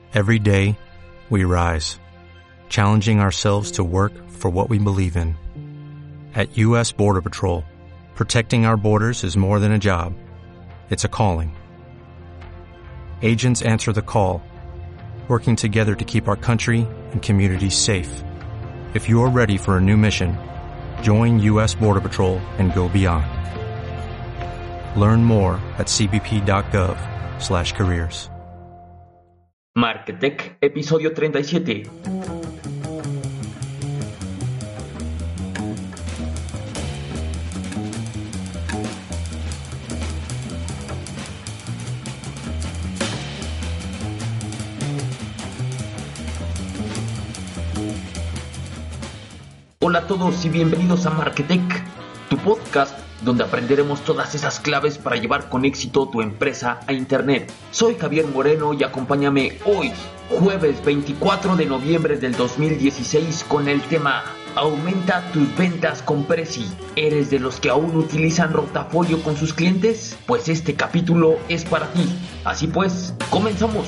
Every day, we rise, challenging ourselves to work for what we believe in. At U.S. Border Patrol, protecting our borders is more than a job. It's a calling. Agents answer the call, working together to keep our country and communities safe. If you're ready for a new mission, join U.S. Border Patrol and go beyond. Learn more at cbp.gov/careers. Marketech, episodio 37. Hola a todos y bienvenidos a Marketech, tu podcast donde aprenderemos todas esas claves para llevar con éxito tu empresa a internet. Soy Javier Moreno y acompáñame hoy, jueves 24 de noviembre del 2016, con el tema Aumenta tus ventas con Prezi. ¿Eres de los que aún utilizan Rotafolio con sus clientes? Pues este capítulo es para ti. Así pues, comenzamos.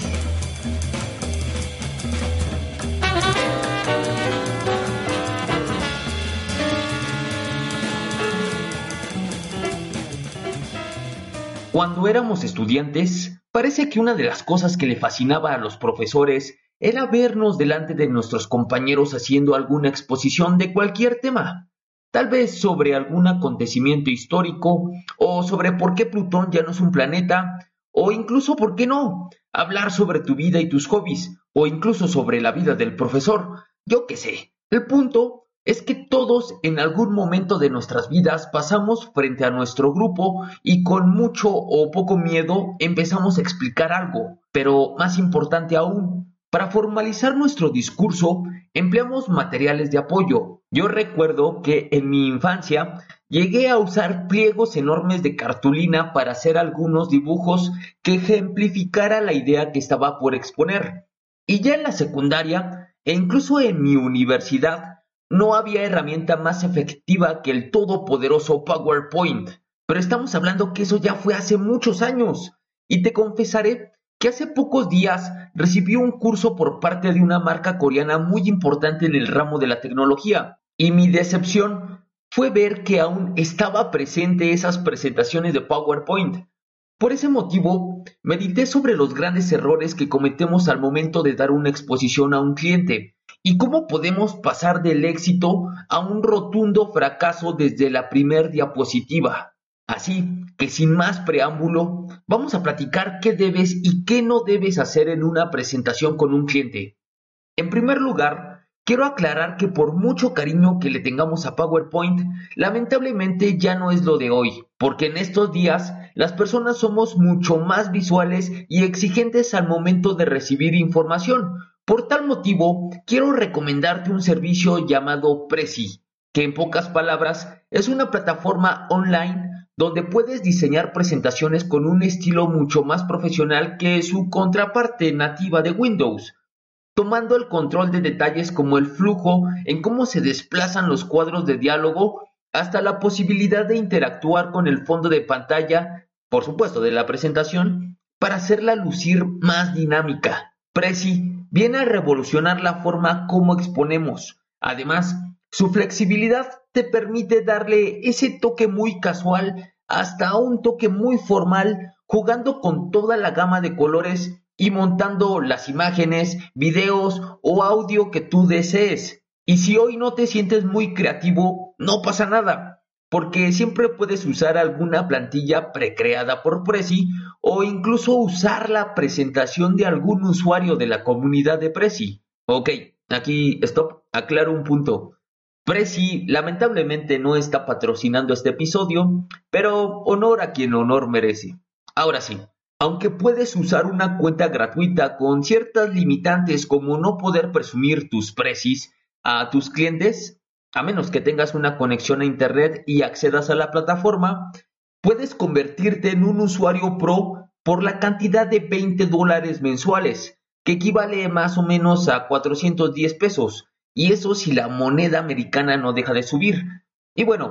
Cuando éramos estudiantes, parece que una de las cosas que le fascinaba a los profesores era vernos delante de nuestros compañeros haciendo alguna exposición de cualquier tema, tal vez sobre algún acontecimiento histórico, o sobre por qué Plutón ya no es un planeta, o incluso, ¿por qué no?, hablar sobre tu vida y tus hobbies, o incluso sobre la vida del profesor. Yo qué sé. El punto es que todos en algún momento de nuestras vidas pasamos frente a nuestro grupo y con mucho o poco miedo empezamos a explicar algo. Pero más importante aún, para formalizar nuestro discurso empleamos materiales de apoyo. Yo recuerdo que en mi infancia llegué a usar pliegos enormes de cartulina para hacer algunos dibujos que ejemplificara la idea que estaba por exponer. Y ya en la secundaria e incluso en mi universidad, no había herramienta más efectiva que el todopoderoso PowerPoint, pero estamos hablando que eso ya fue hace muchos años. Y te confesaré que hace pocos días recibí un curso por parte de una marca coreana muy importante en el ramo de la tecnología, y mi decepción fue ver que aún estaba presente esas presentaciones de PowerPoint. Por ese motivo, medité sobre los grandes errores que cometemos al momento de dar una exposición a un cliente, y cómo podemos pasar del éxito a un rotundo fracaso desde la primer diapositiva. Así que sin más preámbulo, vamos a platicar qué debes y qué no debes hacer en una presentación con un cliente. En primer lugar, quiero aclarar que por mucho cariño que le tengamos a PowerPoint, lamentablemente ya no es lo de hoy, porque en estos días las personas somos mucho más visuales y exigentes al momento de recibir información. Por tal motivo, quiero recomendarte un servicio llamado Prezi, que en pocas palabras es una plataforma online donde puedes diseñar presentaciones con un estilo mucho más profesional que su contraparte nativa de Windows, tomando el control de detalles como el flujo en cómo se desplazan los cuadros de diálogo hasta la posibilidad de interactuar con el fondo de pantalla, por supuesto de la presentación, para hacerla lucir más dinámica. Prezi viene a revolucionar la forma como exponemos. Además, su flexibilidad te permite darle ese toque muy casual hasta un toque muy formal, jugando con toda la gama de colores y montando las imágenes, videos o audio que tú desees. Y si hoy no te sientes muy creativo, no pasa nada, porque siempre puedes usar alguna plantilla precreada por Prezi o incluso usar la presentación de algún usuario de la comunidad de Prezi. Ok, aquí stop, aclaro un punto. Prezi lamentablemente no está patrocinando este episodio, pero honor a quien honor merece. Ahora sí, aunque puedes usar una cuenta gratuita con ciertas limitantes como no poder presumir tus Prezis a tus clientes, a menos que tengas una conexión a internet y accedas a la plataforma, puedes convertirte en un usuario pro por la cantidad de $20 mensuales, que equivale más o menos a 410 pesos, y eso si la moneda americana no deja de subir. Y bueno,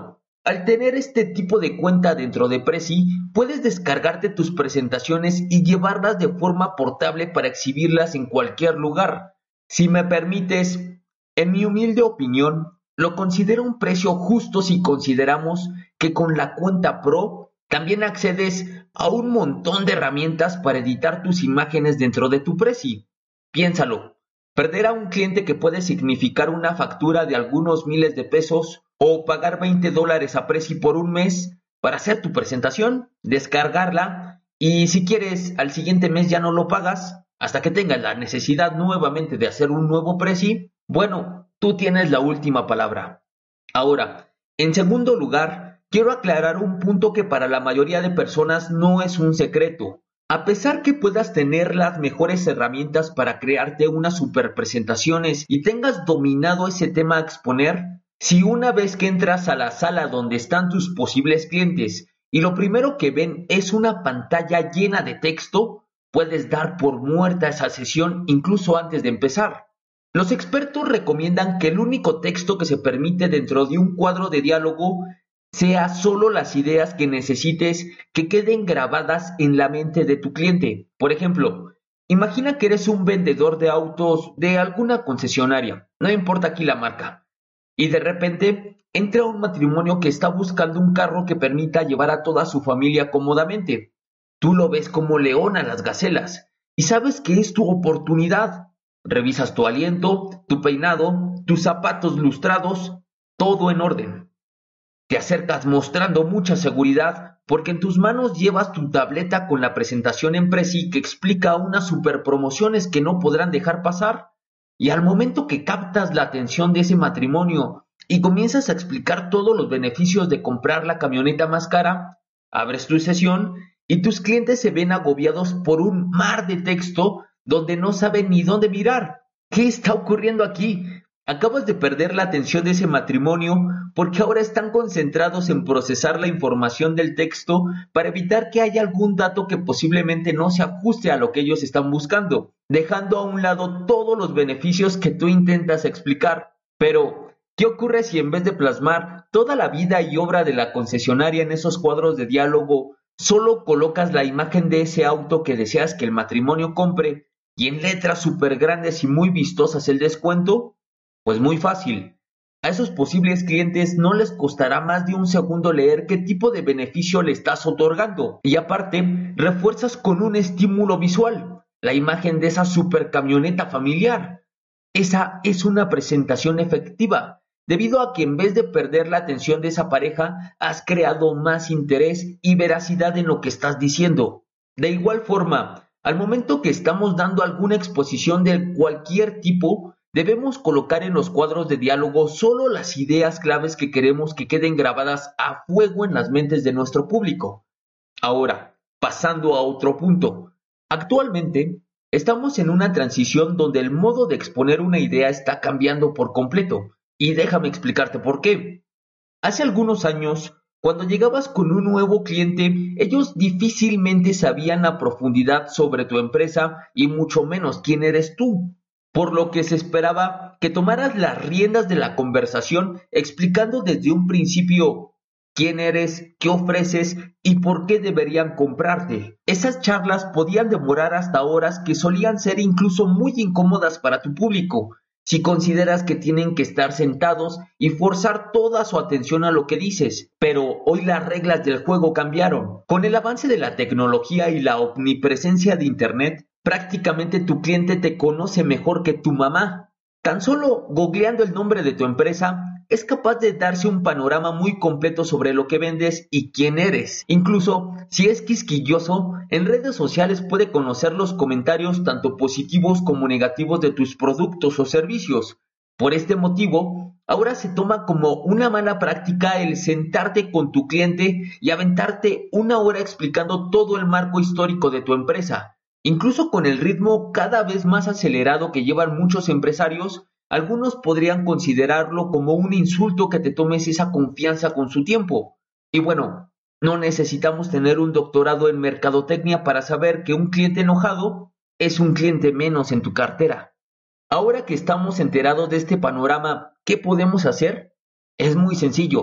Al tener este tipo de cuenta dentro de Prezi, puedes descargarte tus presentaciones y llevarlas de forma portable para exhibirlas en cualquier lugar. Si me permites, en mi humilde opinión, lo considero un precio justo si consideramos que con la cuenta Pro también accedes a un montón de herramientas para editar tus imágenes dentro de tu Prezi. Piénsalo, perder a un cliente que puede significar una factura de algunos miles de pesos o pagar $20 a Prezi por un mes para hacer tu presentación, descargarla y si quieres al siguiente mes ya no lo pagas hasta que tengas la necesidad nuevamente de hacer un nuevo Prezi. Bueno, tú tienes la última palabra. Ahora, en segundo lugar, quiero aclarar un punto que para la mayoría de personas no es un secreto. A pesar que puedas tener las mejores herramientas para crearte unas super presentaciones y tengas dominado ese tema a exponer, si una vez que entras a la sala donde están tus posibles clientes y lo primero que ven es una pantalla llena de texto, puedes dar por muerta esa sesión incluso antes de empezar. Los expertos recomiendan que el único texto que se permite dentro de un cuadro de diálogo sea solo las ideas que necesites que queden grabadas en la mente de tu cliente. Por ejemplo, imagina que eres un vendedor de autos de alguna concesionaria, no importa aquí la marca, y de repente entra un matrimonio que está buscando un carro que permita llevar a toda su familia cómodamente. Tú lo ves como león a las gacelas y sabes que es tu oportunidad. Revisas tu aliento, tu peinado, tus zapatos lustrados, todo en orden. Te acercas mostrando mucha seguridad porque en tus manos llevas tu tableta con la presentación en Prezi que explica unas super promociones que no podrán dejar pasar. Y al momento que captas la atención de ese matrimonio y comienzas a explicar todos los beneficios de comprar la camioneta más cara, abres tu sesión y tus clientes se ven agobiados por un mar de texto donde no saben ni dónde mirar. ¿Qué está ocurriendo aquí? Acabas de perder la atención de ese matrimonio porque ahora están concentrados en procesar la información del texto para evitar que haya algún dato que posiblemente no se ajuste a lo que ellos están buscando, dejando a un lado todos los beneficios que tú intentas explicar. Pero, ¿qué ocurre si en vez de plasmar toda la vida y obra de la concesionaria en esos cuadros de diálogo, solo colocas la imagen de ese auto que deseas que el matrimonio compre y en letras súper grandes y muy vistosas el descuento? Pues muy fácil. A esos posibles clientes no les costará más de un segundo leer qué tipo de beneficio le estás otorgando. Y aparte, refuerzas con un estímulo visual, la imagen de esa super camioneta familiar. Esa es una presentación efectiva, debido a que en vez de perder la atención de esa pareja, has creado más interés y veracidad en lo que estás diciendo. De igual forma, al momento que estamos dando alguna exposición de cualquier tipo, debemos colocar en los cuadros de diálogo solo las ideas claves que queremos que queden grabadas a fuego en las mentes de nuestro público. Ahora, pasando a otro punto. Actualmente, estamos en una transición donde el modo de exponer una idea está cambiando por completo. Y déjame explicarte por qué. Hace algunos años, cuando llegabas con un nuevo cliente, ellos difícilmente sabían a profundidad sobre tu empresa y mucho menos quién eres tú. Por lo que se esperaba que tomaras las riendas de la conversación explicando desde un principio quién eres, qué ofreces y por qué deberían comprarte. Esas charlas podían demorar hasta horas que solían ser incluso muy incómodas para tu público, si consideras que tienen que estar sentados y forzar toda su atención a lo que dices. Pero hoy las reglas del juego cambiaron. Con el avance de la tecnología y la omnipresencia de Internet, prácticamente tu cliente te conoce mejor que tu mamá. Tan solo googleando el nombre de tu empresa, es capaz de darse un panorama muy completo sobre lo que vendes y quién eres. Incluso, si es quisquilloso, en redes sociales puede conocer los comentarios tanto positivos como negativos de tus productos o servicios. Por este motivo, ahora se toma como una mala práctica el sentarte con tu cliente y aventarte una hora explicando todo el marco histórico de tu empresa. Incluso con el ritmo cada vez más acelerado que llevan muchos empresarios, algunos podrían considerarlo como un insulto que te tomes esa confianza con su tiempo. Y bueno, no necesitamos tener un doctorado en mercadotecnia para saber que un cliente enojado es un cliente menos en tu cartera. Ahora que estamos enterados de este panorama, ¿qué podemos hacer? Es muy sencillo.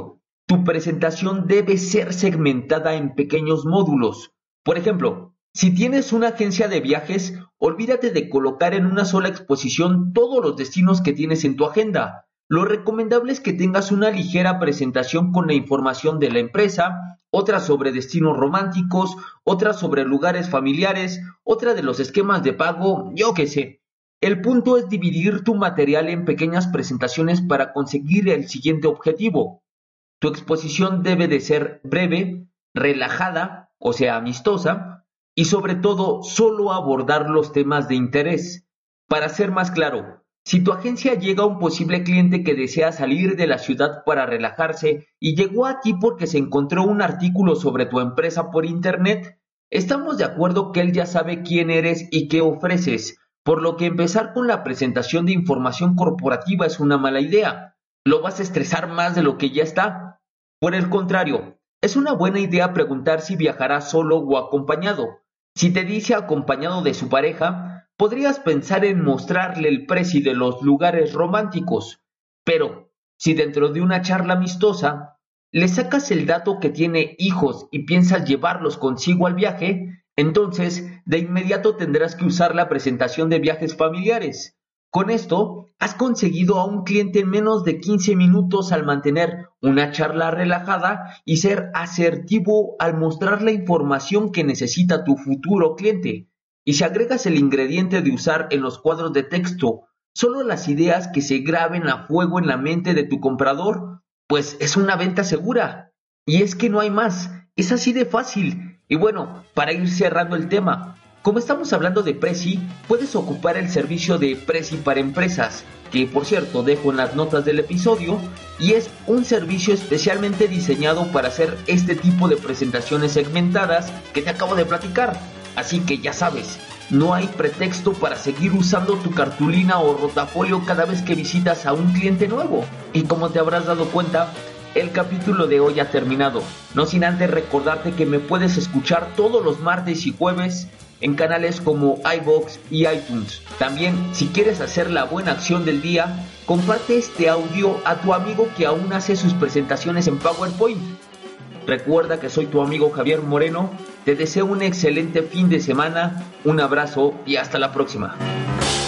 Tu presentación debe ser segmentada en pequeños módulos. Por ejemplo, si tienes una agencia de viajes, olvídate de colocar en una sola exposición todos los destinos que tienes en tu agenda. Lo recomendable es que tengas una ligera presentación con la información de la empresa, otra sobre destinos románticos, otra sobre lugares familiares, otra de los esquemas de pago, yo qué sé. El punto es dividir tu material en pequeñas presentaciones para conseguir el siguiente objetivo. Tu exposición debe de ser breve, relajada, o sea, amistosa, y sobre todo solo abordar los temas de interés. Para ser más claro, si tu agencia llega a un posible cliente que desea salir de la ciudad para relajarse y llegó a ti porque se encontró un artículo sobre tu empresa por internet, estamos de acuerdo que él ya sabe quién eres y qué ofreces, por lo que empezar con la presentación de información corporativa es una mala idea. Lo vas a estresar más de lo que ya está. Por el contrario, es una buena idea preguntar si viajará solo o acompañado. Si te dice acompañado de su pareja, podrías pensar en mostrarle el precio de los lugares románticos. Pero, si dentro de una charla amistosa le sacas el dato que tiene hijos y piensas llevarlos consigo al viaje, entonces de inmediato tendrás que usar la presentación de viajes familiares. Con esto, has conseguido a un cliente en menos de 15 minutos al mantener una charla relajada y ser asertivo al mostrar la información que necesita tu futuro cliente. Y si agregas el ingrediente de usar en los cuadros de texto solo las ideas que se graben a fuego en la mente de tu comprador, pues es una venta segura. Y es que no hay más, es así de fácil. Y bueno, para ir cerrando el tema, como estamos hablando de Prezi, puedes ocupar el servicio de Prezi para empresas, que por cierto dejo en las notas del episodio, y es un servicio especialmente diseñado para hacer este tipo de presentaciones segmentadas que te acabo de platicar. Así que ya sabes, no hay pretexto para seguir usando tu cartulina o rotafolio cada vez que visitas a un cliente nuevo. Y como te habrás dado cuenta, el capítulo de hoy ha terminado, no sin antes recordarte que me puedes escuchar todos los martes y jueves en canales como iVoox y iTunes. También, si quieres hacer la buena acción del día, comparte este audio a tu amigo que aún hace sus presentaciones en PowerPoint. Recuerda que soy tu amigo Javier Moreno, te deseo un excelente fin de semana, un abrazo y hasta la próxima.